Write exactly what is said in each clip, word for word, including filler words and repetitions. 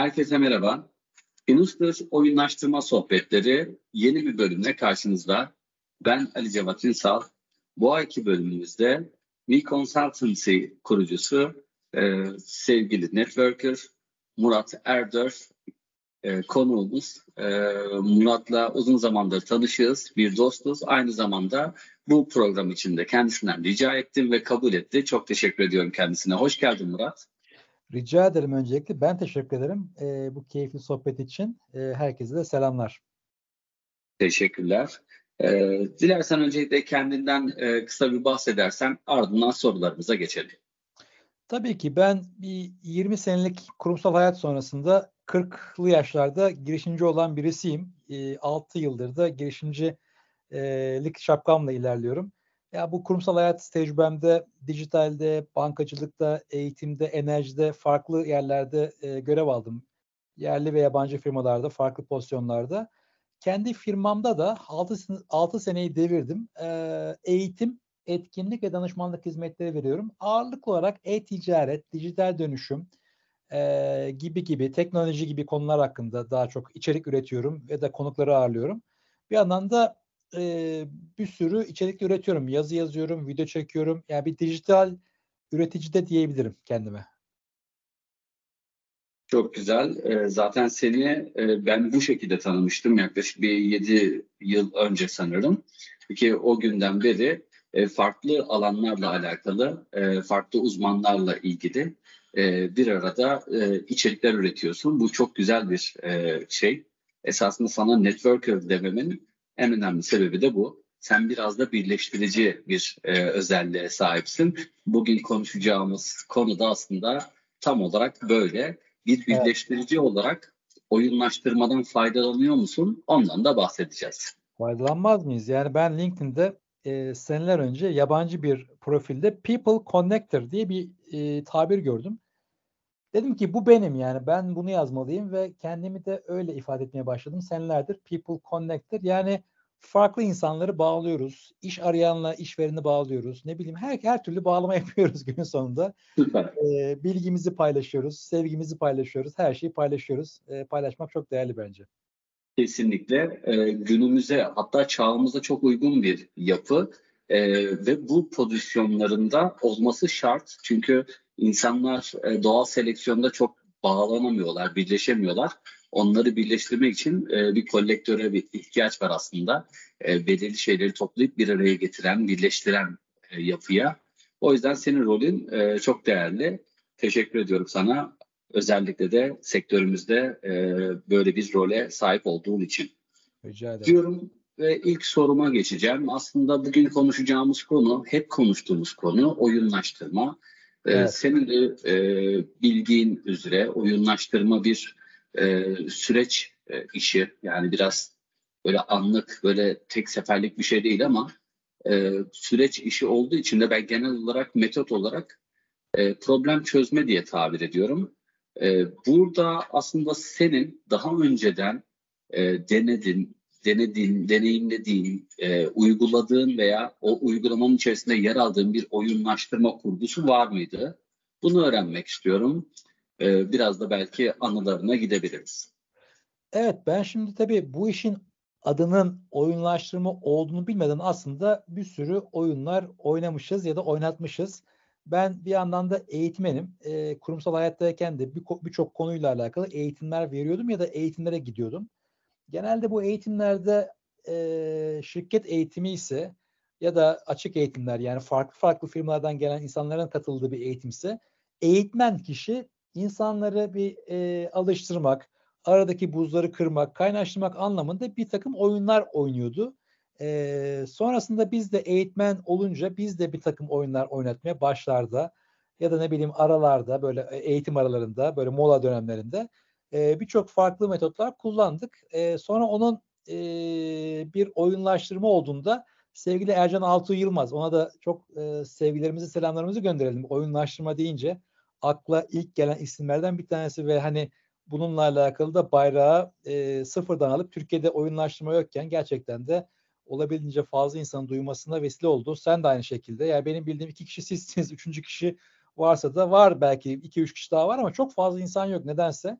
Herkese merhaba. Inustur Oyunlaştırma Sohbetleri yeni bir bölümle karşınızda. Ben Ali Cevat Ünsal. Bu ayki bölümümüzde We Consultancy kurucusu e, sevgili networker Murat Erdör e, konuğumuz. E, Murat'la uzun zamandır tanışığız, bir dostuz. Aynı zamanda bu program için de kendisinden rica ettim ve kabul etti. Çok teşekkür ediyorum kendisine. Hoş geldin Murat. Rica ederim öncelikle. Ben teşekkür ederim e, bu keyifli sohbet için. E, herkese de selamlar. Teşekkürler. E, dilersen öncelikle kendinden e, kısa bir bahsedersen ardından sorularımıza geçelim. Tabii ki ben bir yirmi senelik kurumsal hayat sonrasında kırklı yaşlarda girişimci olan birisiyim. E, altı yıldır da girişimcilik şapkamla ilerliyorum. Ya bu kurumsal hayat tecrübemde dijitalde, bankacılıkta, eğitimde, enerjide farklı yerlerde e, görev aldım. Yerli ve yabancı firmalarda, farklı pozisyonlarda. Kendi firmamda da altı seneyi devirdim. Ee, eğitim, etkinlik ve danışmanlık hizmetleri veriyorum. Ağırlıklı olarak e-ticaret, dijital dönüşüm e, gibi gibi teknoloji gibi konular hakkında daha çok içerik üretiyorum ve de konukları ağırlıyorum. Bir yandan da e, bir sürü içerik üretiyorum. Yazı yazıyorum, video çekiyorum. Yani bir dijital üretici de diyebilirim kendime. Çok güzel. E, zaten seni e, ben bu şekilde tanımıştım yaklaşık bir yedi yıl önce sanırım. Ki o günden beri e, farklı alanlarla alakalı, e, farklı uzmanlarla ilgili e, bir arada e, içerikler üretiyorsun. Bu çok güzel bir e, şey. Esasında sana networker dememin en önemli sebebi de bu. Sen biraz da birleştirici bir e, özelliğe sahipsin. Bugün konuşacağımız konu da aslında tam olarak böyle. Bir birleştirici evet. olarak oyunlaştırmadan faydalanıyor musun? Ondan da bahsedeceğiz. Faydalanmaz mıyız? Yani ben LinkedIn'de e, seneler önce yabancı bir profilde People Connector diye bir e, tabir gördüm. Dedim ki bu benim, yani ben bunu yazmalıyım ve kendimi de öyle ifade etmeye başladım. Senelerdir People Connector, yani farklı insanları bağlıyoruz. İş arayanla işvereni bağlıyoruz. Ne bileyim her her türlü bağlama yapıyoruz günün sonunda. Süper. E, bilgimizi paylaşıyoruz, sevgimizi paylaşıyoruz, her şeyi paylaşıyoruz. E, paylaşmak çok değerli bence. Kesinlikle e, günümüze hatta çağımıza çok uygun bir yapı e, ve bu pozisyonlarında olması şart. Çünkü insanlar e, doğal seleksiyonda çok bağlanamıyorlar, birleşemiyorlar. Onları birleştirmek için e, bir kolektöre bir ihtiyaç var aslında. E, belirli şeyleri toplayıp bir araya getiren, birleştiren e, yapıya. O yüzden senin rolün e, çok değerli. Teşekkür ediyorum sana. Özellikle de sektörümüzde e, böyle bir role sahip olduğun için. Rica ederim. Diyorum ve ilk soruma geçeceğim. Aslında bugün konuşacağımız konu, hep konuştuğumuz konu oyunlaştırma. Evet. E, senin de e, bildiğin üzere oyunlaştırma bir e, süreç e, işi. Yani biraz böyle anlık, böyle tek seferlik bir şey değil ama e, süreç işi olduğu için de ben genel olarak metot olarak e, problem çözme diye tabir ediyorum. E, burada aslında senin daha önceden e, denedin, denediğin, deneyimlediğin, e, uyguladığın veya o uygulamanın içerisinde yer aldığın bir oyunlaştırma kurgusu var mıydı? Bunu öğrenmek istiyorum. E, biraz da belki anılarına gidebiliriz. Evet, ben şimdi tabii bu işin adının oyunlaştırma olduğunu bilmeden aslında bir sürü oyunlar oynamışız ya da oynatmışız. Ben bir yandan da eğitmenim. E, kurumsal hayattayken de birçok konuyla alakalı eğitimler veriyordum ya da eğitimlere gidiyordum. Genelde bu eğitimlerde e, şirket eğitimi ise ya da açık eğitimler, yani farklı farklı firmalardan gelen insanların katıldığı bir eğitimse eğitmen kişi insanları bir e, alıştırmak, aradaki buzları kırmak, kaynaştırmak anlamında bir takım oyunlar oynuyordu. E, sonrasında biz de eğitmen olunca biz de bir takım oyunlar oynatmaya başlarda ya da ne bileyim aralarda, böyle eğitim aralarında, böyle mola dönemlerinde e, birçok farklı metotlar kullandık. E, sonra onun e, bir oyunlaştırma olduğunda sevgili Ercan Altuğ Yılmaz, ona da çok e, sevgilerimizi, selamlarımızı gönderelim. Oyunlaştırma deyince akla ilk gelen isimlerden bir tanesi ve hani bununla alakalı da bayrağı e, sıfırdan alıp Türkiye'de oyunlaştırma yokken gerçekten de olabildiğince fazla insanın duymasına vesile oldu. Sen de aynı şekilde. Yani benim bildiğim iki kişi sizsiniz. Üçüncü kişi varsa da var, belki iki üç kişi daha var ama çok fazla insan yok nedense.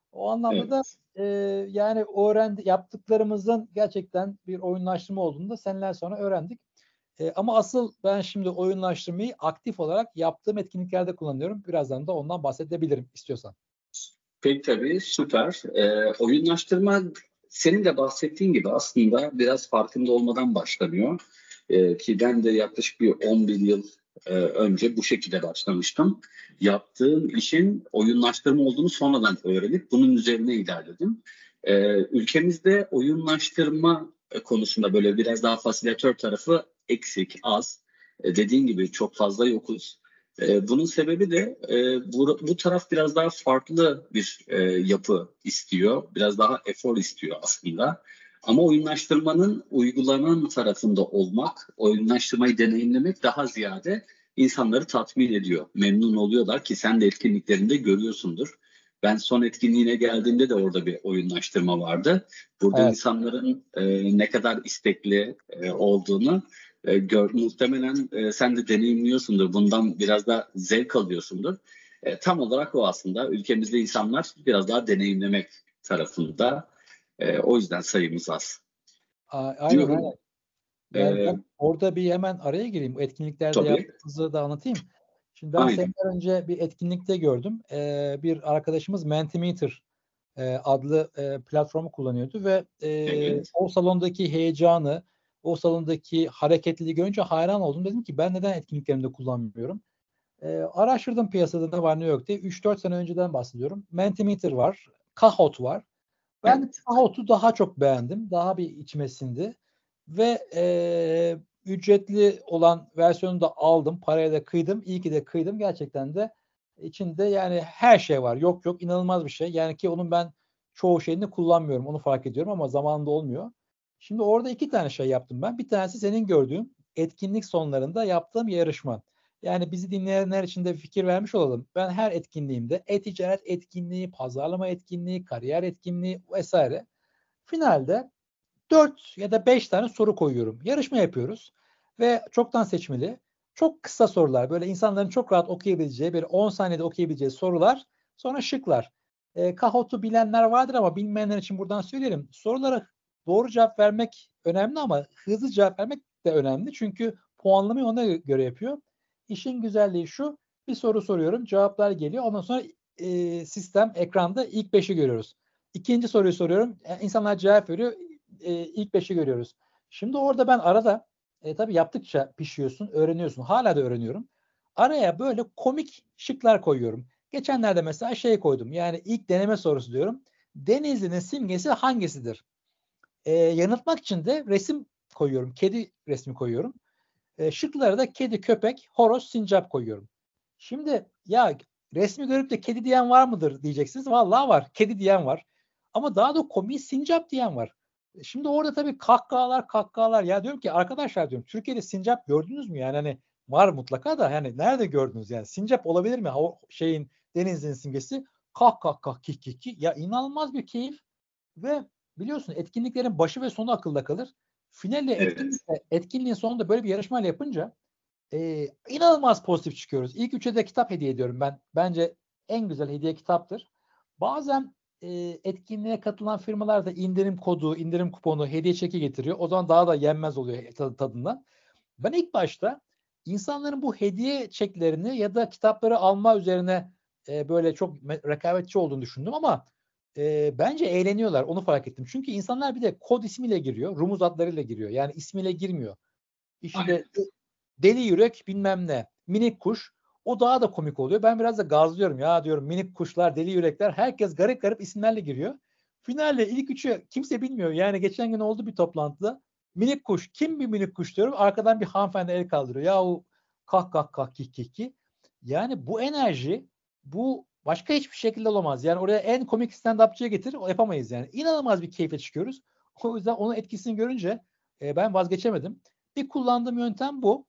O anlamda da Evet. e, yani öğrendi, yaptıklarımızın gerçekten bir oyunlaştırma olduğunu da seneler sonra öğrendik. E, ama asıl ben şimdi oyunlaştırmayı aktif olarak yaptığım etkinliklerde kullanıyorum. Birazdan da ondan bahsedebilirim istiyorsan. Peki tabii, süper. Ee, oyunlaştırma senin de bahsettiğin gibi aslında biraz farkında olmadan başlanıyor. Ee, ki ben de yaklaşık bir on bir yıl e, önce bu şekilde başlamıştım. Yaptığım işin oyunlaştırma olduğunu sonradan öğrenip bunun üzerine ilerledim. Ee, ülkemizde oyunlaştırma konusunda böyle biraz daha fasilitatör tarafı eksik, az. Ee, dediğin gibi çok fazla yokuz. E, bunun sebebi de e, bu, bu taraf biraz daha farklı bir e, yapı istiyor. Biraz daha efor istiyor aslında. Ama oyunlaştırmanın uygulanan tarafında olmak, oyunlaştırmayı deneyimlemek daha ziyade insanları tatmin ediyor. Memnun oluyorlar ki sen de etkinliklerinde görüyorsundur. Ben son etkinliğine geldiğimde de orada bir oyunlaştırma vardı. Burada Evet. insanların e, ne kadar istekli e, olduğunu e, gör, muhtemelen e, sen de deneyimliyorsundur. Bundan biraz da zevk alıyorsundur. E, tam olarak o aslında. Ülkemizde insanlar biraz daha deneyimlemek tarafında. E, o yüzden sayımız az. A- aynen aynen. Diyorum. Yani E, ben orada bir hemen araya gireyim. Bu etkinliklerde tabii. yaptığımızı da anlatayım. Şimdi ben Aynen. seneler önce bir etkinlikte gördüm. Ee, bir arkadaşımız Mentimeter e, adlı e, platformu kullanıyordu ve e, Evet. o salondaki heyecanı, o salondaki hareketliliği görünce hayran oldum. Dedim ki ben neden etkinliklerimde kullanmıyorum? E, araştırdım piyasada ne var ne yok diye. üç dört sene önceden bahsediyorum. Mentimeter var, Kahoot var. Ben Evet. Kahoot'u daha çok beğendim. Daha bir içime sindi. Ve e, ücretli olan versiyonu da aldım. Paraya da kıydım. İyi ki de kıydım. Gerçekten de içinde yani her şey var. Yok yok inanılmaz bir şey. Yani ki onun ben çoğu şeyini kullanmıyorum. Onu fark ediyorum ama zamanında olmuyor. Şimdi orada iki tane şey yaptım ben. Bir tanesi senin gördüğün etkinlik sonlarında yaptığım yarışma. Yani bizi dinleyenler için de bir fikir vermiş olalım. Ben her etkinliğimde e-ticaret etkinliği, pazarlama etkinliği, kariyer etkinliği vesaire finalde dört ya da beş tane soru koyuyorum. Yarışma yapıyoruz ve çoktan seçmeli. Çok kısa sorular, böyle insanların çok rahat okuyabileceği, bir on saniyede okuyabileceği sorular, sonra şıklar. E, Kahoot'u bilenler vardır ama bilmeyenler için buradan söyleyelim. Sorulara doğru cevap vermek önemli ama hızlı cevap vermek de önemli. Çünkü puanlamayı ona göre yapıyor. İşin güzelliği şu, bir soru soruyorum, cevaplar geliyor. Ondan sonra e, sistem ekranda ilk beşi görüyoruz. İkinci soruyu soruyorum, e, insanlar cevap veriyor, e, ilk beşi görüyoruz. Şimdi orada ben arada e, tabii yaptıkça pişiyorsun, öğreniyorsun. Hala da öğreniyorum. Araya böyle komik şıklar koyuyorum. Geçenlerde mesela şey koydum. Yani ilk deneme sorusu diyorum. Denizli'nin simgesi hangisidir? E, yanıltmak için de resim koyuyorum. Kedi resmi koyuyorum. E, şıklara da kedi, köpek, horoz, sincap koyuyorum. Şimdi ya resmi görüp de kedi diyen var mıdır diyeceksiniz. Vallahi var. Kedi diyen var. Ama daha da komik sincap diyen var. E, Şimdi orada tabii kahkahalar kahkahalar. Ya diyorum ki arkadaşlar diyorum Türkiye'de sincap gördünüz mü? Yani hani var mutlaka da yani nerede gördünüz yani? Sincap olabilir mi? O şeyin denizin simgesi. Kah kah kah kih kih kih. Ya inanılmaz bir keyif. Ve biliyorsun etkinliklerin başı ve sonu akılda kalır. Finalle Evet. etkinlikle, etkinliğin sonunda böyle bir yarışmayla yapınca e, inanılmaz pozitif çıkıyoruz. İlk üçe de kitap hediye ediyorum ben. Bence en güzel hediye kitaptır. Bazen e, etkinliğe katılan firmalar da indirim kodu, indirim kuponu, hediye çeki getiriyor. O zaman daha da yenmez oluyor tadı, tadından. Ben ilk başta insanların bu hediye çeklerini ya da kitapları alma üzerine e, böyle çok rekabetçi olduğunu düşündüm ama e, bence eğleniyorlar. Onu fark ettim. Çünkü insanlar bir de kod ismiyle giriyor, rumuz adlarıyla giriyor. Yani ismiyle girmiyor. İşte Aynen. deli yürek bilmem ne, minik kuş. O daha da komik oluyor. Ben biraz da gazlıyorum. Ya diyorum minik kuşlar, deli yürekler. Herkes garip garip isimlerle giriyor. Finalde ilk üçü kimse bilmiyor. Yani geçen gün oldu bir toplantıda. Minik kuş. Kim bir minik kuş diyorum. Arkadan bir hanımefendi el kaldırıyor. Yahu kah kah kah kih kih kih. Yani bu enerji bu başka hiçbir şekilde olamaz. Yani oraya en komik stand-upçıya getir. O yapamayız yani. İnanılmaz bir keyfe çıkıyoruz. O yüzden onun etkisini görünce e, ben vazgeçemedim. Bir kullandığım yöntem bu.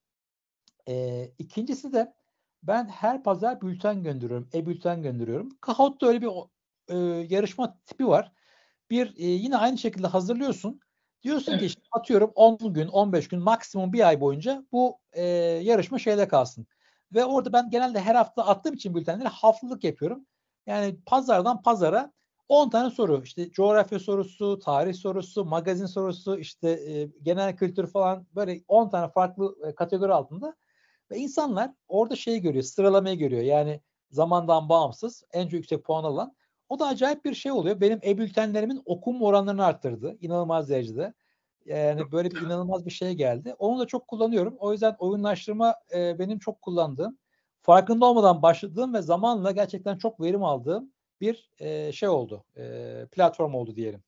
E, ikincisi de ben her pazar bülten gönderiyorum. E-bülten gönderiyorum. Kahoot'ta öyle bir e, yarışma tipi var. Bir e, yine aynı şekilde hazırlıyorsun. Diyorsun ki Evet. işte atıyorum on gün, on beş gün, maksimum bir ay boyunca bu e, yarışma şeyde kalsın. Ve orada ben genelde her hafta attığım için bültenleri haftalık yapıyorum. Yani pazardan pazara on tane soru. İşte coğrafya sorusu, tarih sorusu, magazin sorusu, işte e, genel kültür falan, böyle on tane farklı e, kategori altında. Ve insanlar orada şeyi görüyor, sıralamayı görüyor. Yani zamandan bağımsız en yüksek puan alan. O da acayip bir şey oluyor. Benim e-bültenlerimin okunma oranlarını arttırdı. İnanılmaz derecede. Yani böyle bir inanılmaz bir şey geldi. Onu da çok kullanıyorum. O yüzden oyunlaştırma e, benim çok kullandığım, farkında olmadan başladığım ve zamanla gerçekten çok verim aldığım bir e, şey oldu. E, platform oldu diyelim.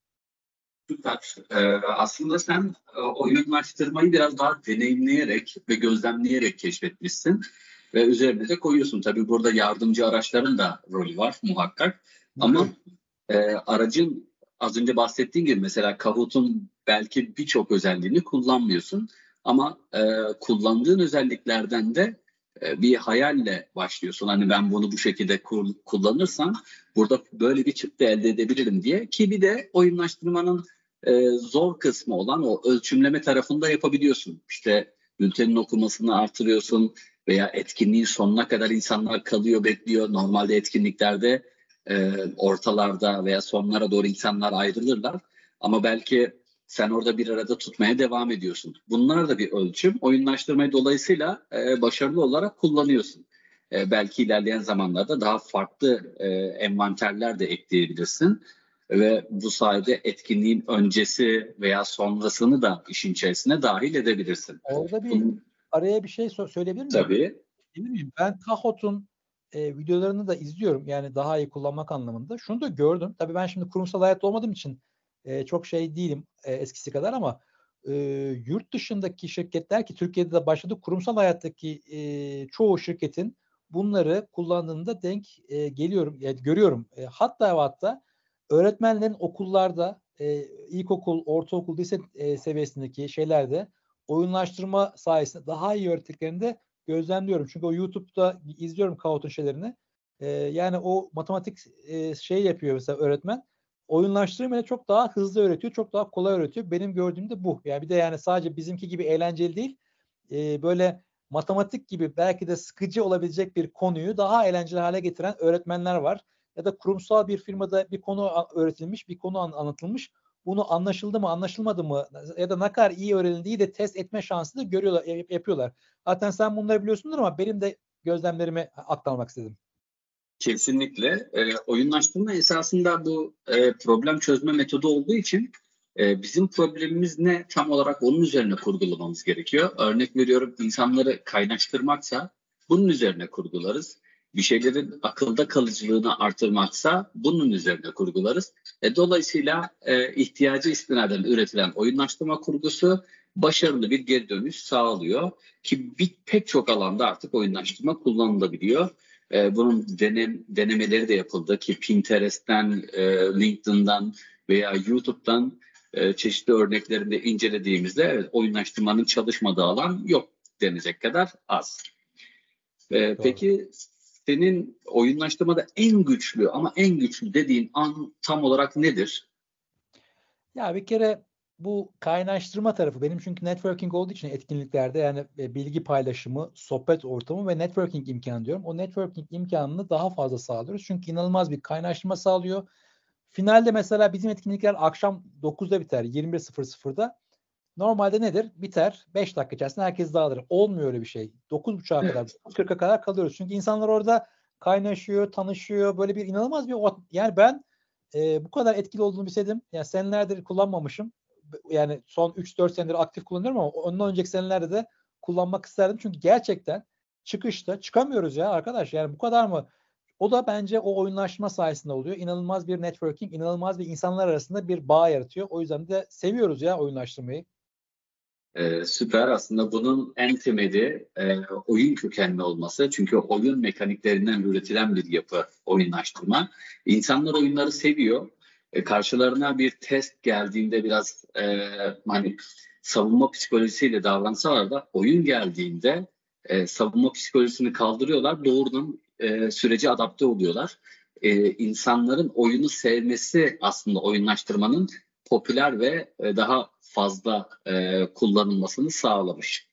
Süper. Ee, aslında sen e, oyunlaştırmayı biraz daha deneyimleyerek ve gözlemleyerek keşfetmişsin ve üzerine de koyuyorsun. Tabii burada yardımcı araçların da rolü var muhakkak. Ama e, aracın az önce bahsettiğin gibi mesela Kahoot'un belki birçok özelliğini kullanmıyorsun. Ama e, kullandığın özelliklerden de e, bir hayalle başlıyorsun. Hani ben bunu bu şekilde kur- kullanırsam burada böyle bir çıktı elde edebilirim diye. Ki bir de oyunlaştırmanın e, zor kısmı olan o ölçümleme tarafında yapabiliyorsun. İşte bültenin okumasını artırıyorsun veya etkinliğin sonuna kadar insanlar kalıyor, bekliyor. Normalde etkinliklerde e, ortalarda veya sonlara doğru insanlar ayrılırlar. Ama belki sen orada bir arada tutmaya devam ediyorsun. Bunlar da bir ölçüm. Oyunlaştırmayı dolayısıyla e, başarılı olarak kullanıyorsun. E, belki ilerleyen zamanlarda daha farklı e, envanterler de ekleyebilirsin. Ve bu sayede etkinliğin öncesi veya sonrasını da işin içerisine dahil edebilirsin. Orada bir Bunun, araya bir şey so- söyleyebilir miyim? tabii. Değil miyim? Ben Kahoot'un e, videolarını da izliyorum. Yani daha iyi kullanmak anlamında. Şunu da gördüm. Tabii ben şimdi kurumsal hayatta olmadığım için e, çok şey değilim e, eskisi kadar, ama e, yurt dışındaki şirketler, ki Türkiye'de de başladı, kurumsal hayattaki e, çoğu şirketin bunları kullandığında denk e, geliyorum, yani görüyorum. E, hatta ve hatta öğretmenlerin okullarda e, ilkokul, ortaokul, lise e, seviyesindeki şeylerde oyunlaştırma sayesinde daha iyi öğrettiklerinde gözlemliyorum. Çünkü o YouTube'da izliyorum Kahoot'un şeylerini. Ee, yani o matematik e, şey yapıyor mesela öğretmen. Oyunlaştırmayla çok daha hızlı öğretiyor, çok daha kolay öğretiyor. Benim gördüğüm de bu. Yani bir de yani sadece bizimki gibi eğlenceli değil, e, böyle matematik gibi belki de sıkıcı olabilecek bir konuyu daha eğlenceli hale getiren öğretmenler var. Ya da kurumsal bir firmada bir konu öğretilmiş, bir konu anlatılmış. Bunu anlaşıldı mı, anlaşılmadı mı, ya da ne kadar iyi öğrenildiği de test etme şansı da görüyorlar, yapıyorlar. Zaten sen bunları biliyorsundur ama benim de gözlemlerimi aktarmak istedim. Kesinlikle. E, oyunlaştırma esasında bu e, problem çözme metodu olduğu için e, bizim problemimiz ne tam olarak onun üzerine kurgulamamız gerekiyor. Örnek veriyorum, insanları kaynaştırmaksa bunun üzerine kurgularız. Bir şeylerin akılda kalıcılığını artırmaksa bunun üzerine kurgularız. E, dolayısıyla e, ihtiyacı istinaden üretilen oyunlaştırma kurgusu başarılı bir geri dönüş sağlıyor. Ki bir, pek çok alanda artık oyunlaştırma kullanılabiliyor. E, bunun denem, denemeleri de yapıldı ki Pinterest'ten, e, LinkedIn'dan veya YouTube'dan e, çeşitli örneklerini de incelediğimizde evet, oyunlaştırmanın çalışmadığı alan yok denecek kadar az. E, Doğru. peki senin oyunlaştırmada en güçlü ama en güçlü dediğin an tam olarak nedir? Ya bir kere bu kaynaştırma tarafı benim, çünkü networking olduğu için etkinliklerde, yani bilgi paylaşımı, sohbet ortamı ve networking imkanı diyorum. O networking imkanını daha fazla sağlıyoruz. Çünkü inanılmaz bir kaynaştırma sağlıyor. Finalde mesela bizim etkinlikler akşam dokuzda biter, yirmi bir sıfır sıfırda. Normalde nedir? Biter. beş dakika içerisinde herkes dağılır. Olmuyor öyle bir şey. dokuz buçuğa kadar, Evet. dokuz kırka kadar kalıyoruz. Çünkü insanlar orada kaynaşıyor, tanışıyor. Böyle bir inanılmaz bir, yani ben e, bu kadar etkili olduğunu bilseydim, yani senelerdir kullanmamışım. Yani son üç dört senedir aktif kullanıyorum ama ondan önceki senelerde de kullanmak isterdim. Çünkü gerçekten çıkışta çıkamıyoruz ya arkadaş. Yani bu kadar mı? O da bence o oyunlaşma sayesinde oluyor. İnanılmaz bir networking, inanılmaz bir insanlar arasında bir bağ yaratıyor. O yüzden de seviyoruz ya oyunlaştırmayı. Ee, süper. Aslında bunun en temeli e, oyun kökenli olması. Çünkü oyun mekaniklerinden üretilen bir yapı oyunlaştırma. İnsanlar oyunları seviyor. E, karşılarına bir test geldiğinde biraz e, hani savunma psikolojisiyle davransalar da oyun geldiğinde e, savunma psikolojisini kaldırıyorlar. Doğrudan e, sürece adapte oluyorlar. E, insanların oyunu sevmesi aslında oyunlaştırmanın popüler ve e, daha fazla e, kullanılmasını sağlamış.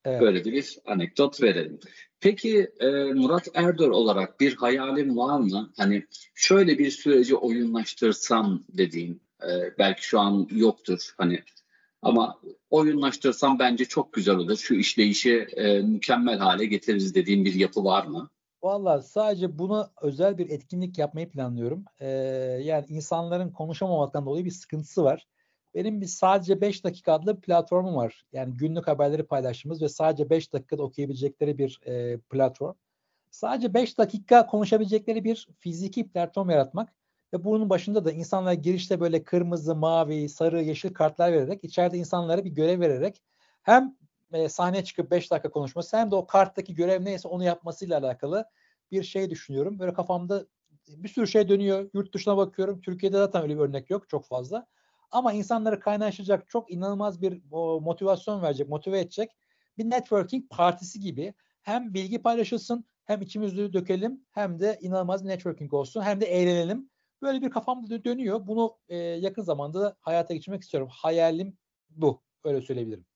Evet. Böyle de bir anekdot verelim. Peki e, Murat Erdor olarak bir hayalin var mı? Hani şöyle bir süreci oyunlaştırsam dediğin, e, belki şu an yoktur hani, ama oyunlaştırsam bence çok güzel olur. Şu işleyişi e, mükemmel hale getiririz dediğin bir yapı var mı? Valla sadece buna özel bir etkinlik yapmayı planlıyorum. Ee, yani insanların konuşamamaktan dolayı bir sıkıntısı var. Benim bir sadece beş dakika adlı bir platformum var. Yani günlük haberleri paylaştığımız ve sadece beş dakikada okuyabilecekleri bir e, platform. Sadece beş dakika konuşabilecekleri bir fiziki platform yaratmak ve bunun başında da insanlara girişte böyle kırmızı, mavi, sarı, yeşil kartlar vererek, içeride insanlara bir görev vererek hem e, sahneye çıkıp beş dakika konuşması hem de o karttaki görev neyse onu yapmasıyla alakalı bir şey düşünüyorum. Böyle kafamda bir sürü şey dönüyor. Yurt dışına bakıyorum. Türkiye'de zaten öyle bir örnek yok çok fazla. Ama insanları kaynaşacak, çok inanılmaz bir o, motivasyon verecek, motive edecek bir networking partisi gibi hem bilgi paylaşılsın, hem içimizi dökelim, hem de inanılmaz bir networking olsun, hem de eğlenelim. Böyle bir kafamda dönüyor. Bunu e, yakın zamanda hayata geçirmek istiyorum. Hayalim bu. Öyle söyleyebilirim.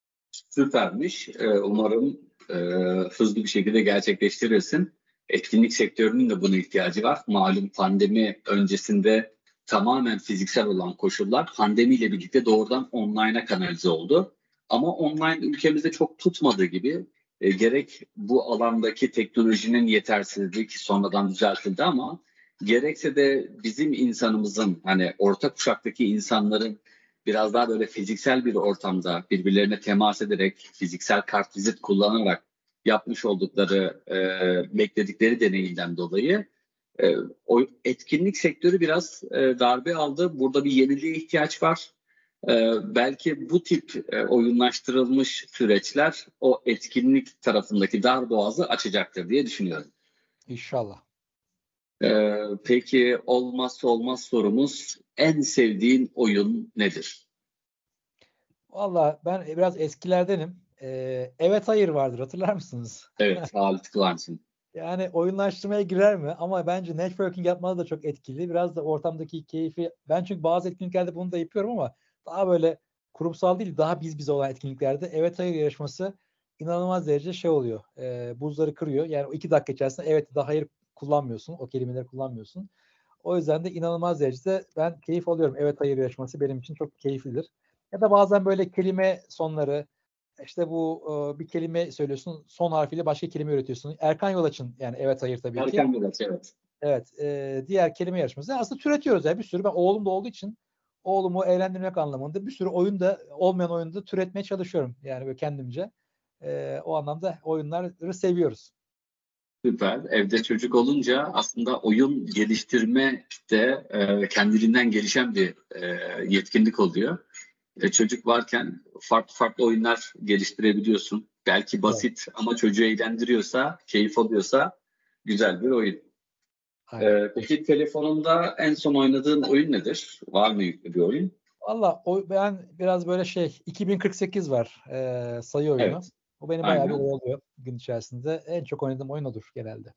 Süpermiş. Ee, umarım e, hızlı bir şekilde gerçekleştirirsin. Etkinlik sektörünün de buna ihtiyacı var. Malum pandemi öncesinde tamamen fiziksel olan koşullar pandemiyle birlikte doğrudan online'a kanalize oldu. Ama online ülkemizde çok tutmadığı gibi e, gerek bu alandaki teknolojinin yetersizliği ki sonradan düzeltildi, ama gerekse de bizim insanımızın, hani orta kuşaktaki insanların biraz daha böyle fiziksel bir ortamda birbirlerine temas ederek, fiziksel kartvizit kullanarak yapmış oldukları, e, bekledikleri deneyimden dolayı e, o etkinlik sektörü biraz e, darbe aldı. Burada bir yeniliğe ihtiyaç var. E, belki bu tip e, oyunlaştırılmış süreçler o etkinlik tarafındaki darboğazı açacaktır diye düşünüyorum. İnşallah. E, peki olmazsa olmaz sorumuz, en sevdiğin oyun nedir? Valla ben biraz eskilerdenim. Ee, evet hayır vardır, hatırlar mısınız? Evet, Halit Kıvanç'ın. Yani oyunlaştırmaya girer mi? Ama bence networking yapmada da çok etkili. Biraz da ortamdaki keyfi. Ben çünkü bazı etkinliklerde bunu da yapıyorum ama daha böyle kurumsal değil, daha biz bize olan etkinliklerde evet hayır yarışması inanılmaz derece şey oluyor. E, buzları kırıyor. Yani o iki dakika içerisinde evet ya da hayır kullanmıyorsun. O kelimeleri kullanmıyorsun. O yüzden de inanılmaz derecede ben keyif alıyorum. Evet hayır yarışması benim için çok keyiflidir. Ya da bazen böyle kelime sonları, işte bu e, bir kelime söylüyorsun, son harfiyle başka kelime üretiyorsun. Erkan Yolaç'ın yani evet hayır tabii ki. Erken Miraç, evet. Evet, e, diğer kelime yarışması. Aslında türetiyoruz ya bir sürü. Ben oğlum da olduğu için oğlumu eğlendirmek anlamında bir sürü oyunda, olmayan oyunda türetmeye çalışıyorum. Yani böyle kendimce. E, o anlamda oyunları seviyoruz. Süper. Evde çocuk olunca aslında oyun geliştirme de e, kendiliğinden gelişen bir e, yetkinlik oluyor. E, çocuk varken farklı farklı oyunlar geliştirebiliyorsun. Belki Evet, basit ama çocuğu eğlendiriyorsa, keyif alıyorsa güzel bir oyun. aynen. E, peki telefonunda en son oynadığın oyun nedir? Var mı yüklü bir oyun? Valla ben biraz böyle şey iki bin kırk sekiz var e, sayı oyunu. Evet. O beni bayağı bir Aynen. oyalıyor gün içerisinde. En çok oynadığım oyun odur genelde.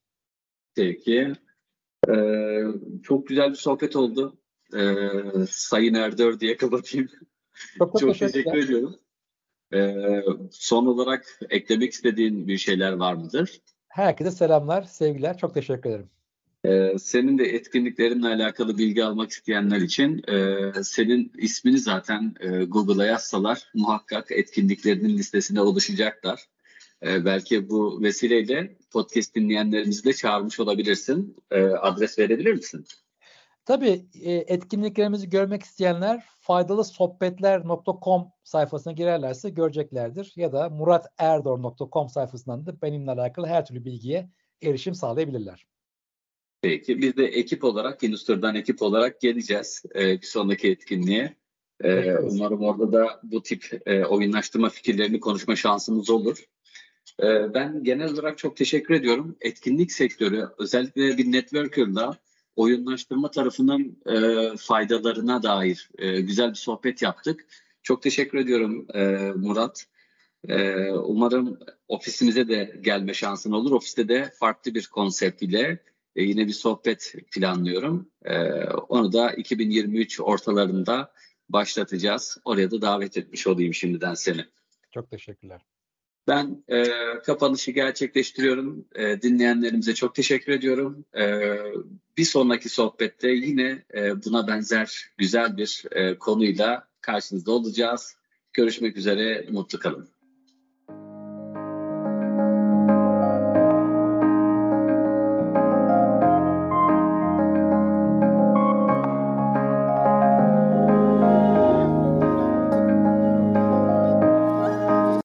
Peki. E, çok güzel bir sohbet oldu. E, Sayın Erdör diye kapatayım. Çok çok Çok teşekkürler. teşekkür ediyorum. Ee, son olarak eklemek istediğin bir şeyler var mıdır? Herkese selamlar, sevgiler. Çok teşekkür ederim. Ee, senin de etkinliklerinle alakalı bilgi almak isteyenler için e, senin ismini zaten e, Google'a yazsalar muhakkak etkinliklerinin listesine ulaşacaklar. E, belki bu vesileyle podcast dinleyenlerimizi de çağırmış olabilirsin. E, adres verebilir misin? Tabii e, etkinliklerimizi görmek isteyenler faydalı sohbetler nokta com sayfasına girerlerse göreceklerdir. Ya da murat erdor nokta com sayfasından da benimle alakalı her türlü bilgiye erişim sağlayabilirler. Peki biz de ekip olarak, Yunustur'dan ekip olarak geleceğiz e, bir sonraki etkinliğe. E, Bekleriz. umarım orada da bu tip e, oyunlaştırma fikirlerini konuşma şansımız olur. E, ben genel olarak çok teşekkür ediyorum. Etkinlik sektörü, özellikle bir networker'la oyunlaştırma tarafının e, faydalarına dair e, güzel bir sohbet yaptık. Çok teşekkür ediyorum e, Murat. E, umarım ofisimize de gelme şansın olur. Ofiste de farklı bir konsept ile e, yine bir sohbet planlıyorum. E, onu da iki bin yirmi üç ortalarında başlatacağız. Oraya da davet etmiş olayım şimdiden seni. Çok teşekkürler. Ben e, kapanışı gerçekleştiriyorum. E, dinleyenlerimize çok teşekkür ediyorum. E, bir sonraki sohbette yine e, buna benzer güzel bir e, konuyla karşınızda olacağız. Görüşmek üzere, mutlu kalın.